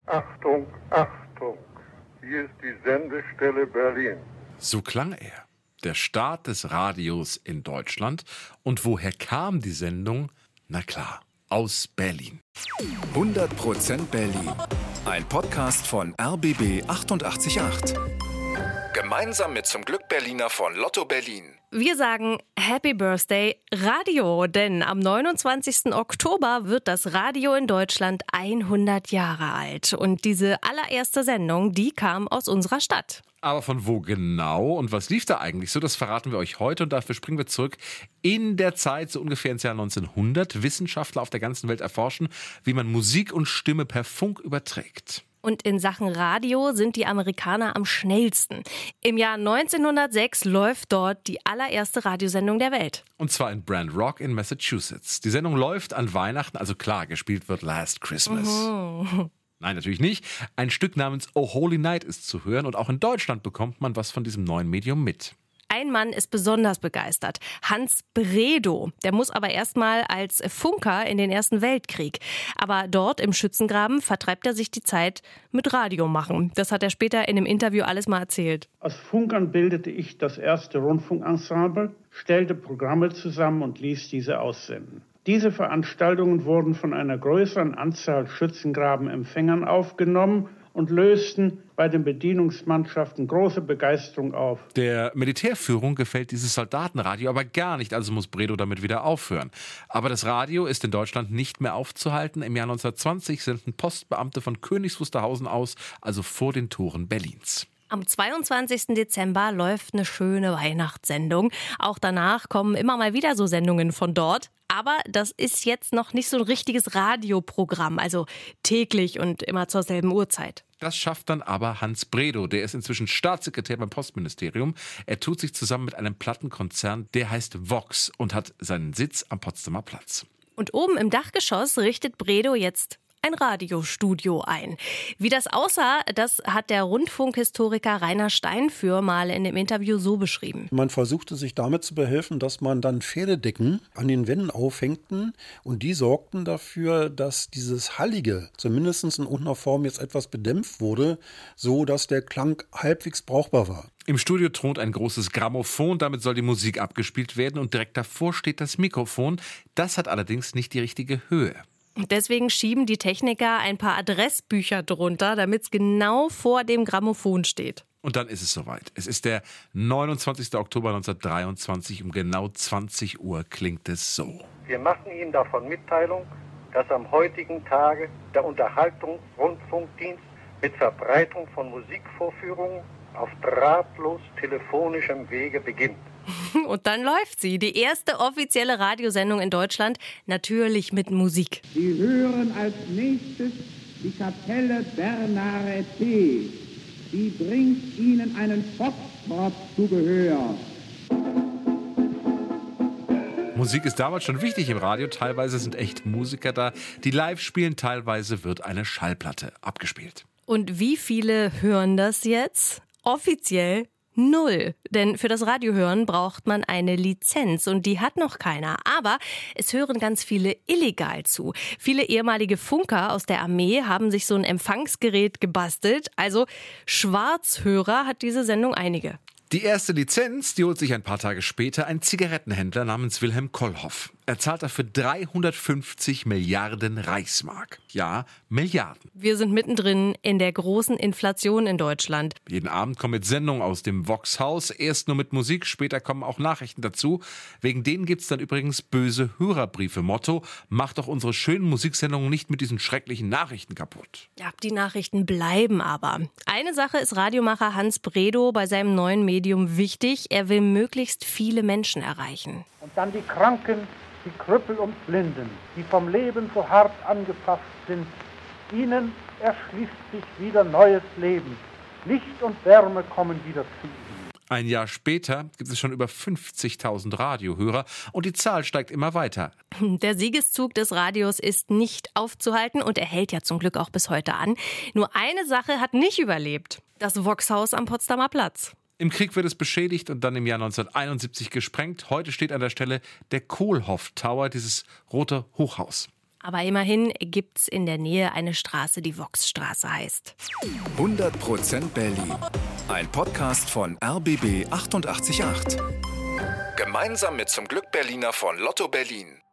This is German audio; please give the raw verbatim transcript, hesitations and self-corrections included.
Achtung, Achtung, hier ist die Sendestelle Berlin. So klang er, der Start des Radios in Deutschland. Und woher kam die Sendung? Na klar, aus Berlin. hundert Prozent Berlin. Ein Podcast von R B B achtundachtzig Komma acht. Gemeinsam mit Zum Glück Berliner von Lotto Berlin. Wir sagen Happy Birthday Radio, denn am neunundzwanzigsten Oktober wird das Radio in Deutschland hundert Jahre alt. Und diese allererste Sendung, die kam aus unserer Stadt. Aber von wo genau und was lief da eigentlich so, das verraten wir euch heute und dafür springen wir zurück in der Zeit, so ungefähr ins Jahr neunzehnhundert. Wissenschaftler auf der ganzen Welt erforschen, wie man Musik und Stimme per Funk überträgt. Und in Sachen Radio sind die Amerikaner am schnellsten. Im Jahr neunzehnhundertsechs läuft dort die allererste Radiosendung der Welt. Und zwar in Brand Rock in Massachusetts. Die Sendung läuft an Weihnachten, also klar, gespielt wird Last Christmas. Mhm. Nein, natürlich nicht. Ein Stück namens Oh Holy Night ist zu hören und auch in Deutschland bekommt man was von diesem neuen Medium mit. Ein Mann ist besonders begeistert, Hans Bredow. Der muss aber erstmal als Funker in den Ersten Weltkrieg. Aber dort im Schützengraben vertreibt er sich die Zeit mit Radio machen. Das hat er später in einem Interview alles mal erzählt. Als Funkern bildete ich das erste Rundfunkensemble, stellte Programme zusammen und ließ diese aussenden. Diese Veranstaltungen wurden von einer größeren Anzahl Schützengrabenempfängern aufgenommen und lösten bei den Bedienungsmannschaften große Begeisterung auf. Der Militärführung gefällt dieses Soldatenradio aber gar nicht, also muss Bredow damit wieder aufhören. Aber das Radio ist in Deutschland nicht mehr aufzuhalten. Im Jahr neunzehnhundertzwanzig senden Postbeamte von Königs Wusterhausen aus, also vor den Toren Berlins. Am zweiundzwanzigsten Dezember läuft eine schöne Weihnachtssendung. Auch danach kommen immer mal wieder so Sendungen von dort. Aber das ist jetzt noch nicht so ein richtiges Radioprogramm, also täglich und immer zur selben Uhrzeit. Das schafft dann aber Hans Bredow, der ist inzwischen Staatssekretär beim Postministerium. Er tut sich zusammen mit einem Plattenkonzern, der heißt Vox und hat seinen Sitz am Potsdamer Platz. Und oben im Dachgeschoss richtet Bredow jetzt ein Radiostudio ein. Wie das aussah, das hat der Rundfunkhistoriker Rainer Steinführ mal in dem Interview so beschrieben. Man versuchte sich damit zu behelfen, dass man dann Pferdedecken an den Wänden aufhängten und die sorgten dafür, dass dieses Hallige zumindest in irgendeiner Form jetzt etwas bedämpft wurde, so dass der Klang halbwegs brauchbar war. Im Studio thront ein großes Grammophon, damit soll die Musik abgespielt werden und direkt davor steht das Mikrofon. Das hat allerdings nicht die richtige Höhe. Und deswegen schieben die Techniker ein paar Adressbücher drunter, damit es genau vor dem Grammophon steht. Und dann ist es soweit. Es ist der neunundzwanzigsten Oktober neunzehnhundertdreiundzwanzig, um genau zwanzig Uhr klingt es so. Wir machen Ihnen davon Mitteilung, dass am heutigen Tage der Unterhaltungsrundfunkdienst mit Verbreitung von Musikvorführungen auf drahtlos telefonischem Wege beginnt. Und dann läuft sie, die erste offizielle Radiosendung in Deutschland, natürlich mit Musik. Sie hören als nächstes die Kapelle Bernare T. Sie bringt Ihnen einen Foxtrot zu Gehör. Musik ist damals schon wichtig im Radio. Teilweise sind echt Musiker da, die live spielen. Teilweise wird eine Schallplatte abgespielt. Und wie viele hören das jetzt? Offiziell null. Denn für das Radiohören braucht man eine Lizenz und die hat noch keiner. Aber es hören ganz viele illegal zu. Viele ehemalige Funker aus der Armee haben sich so ein Empfangsgerät gebastelt. Also Schwarzhörer hat diese Sendung einige. Die erste Lizenz, die holt sich ein paar Tage später ein Zigarettenhändler namens Wilhelm Kollhoff. Er zahlt dafür dreihundertfünfzig Milliarden Reichsmark. Ja, Milliarden. Wir sind mittendrin in der großen Inflation in Deutschland. Jeden Abend kommen jetzt Sendungen aus dem Vox-Haus. Erst nur mit Musik, später kommen auch Nachrichten dazu. Wegen denen gibt's dann übrigens böse Hörerbriefe. Motto, macht doch unsere schönen Musiksendungen nicht mit diesen schrecklichen Nachrichten kaputt. Ja, die Nachrichten bleiben aber. Eine Sache ist Radiomacher Hans Bredow bei seinem neuen Medium wichtig. Er will möglichst viele Menschen erreichen. Und dann die Kranken, die Krüppel und Blinden, die vom Leben so hart angefasst sind. Ihnen erschließt sich wieder neues Leben. Licht und Wärme kommen wieder zu ihnen. Ein Jahr später gibt es schon über fünfzigtausend Radiohörer und die Zahl steigt immer weiter. Der Siegeszug des Radios ist nicht aufzuhalten und er hält ja zum Glück auch bis heute an. Nur eine Sache hat nicht überlebt: das Vox-Haus am Potsdamer Platz. Im Krieg wird es beschädigt und dann im Jahr neunzehnhunderteinundsiebzig gesprengt. Heute steht an der Stelle der Kohlhoff Tower, dieses rote Hochhaus. Aber immerhin gibt's in der Nähe eine Straße, die Voxstraße heißt. hundert Prozent Berlin. Ein Podcast von R B B achtundachtzig Komma acht. Gemeinsam mit Zum Glück Berliner von Lotto Berlin.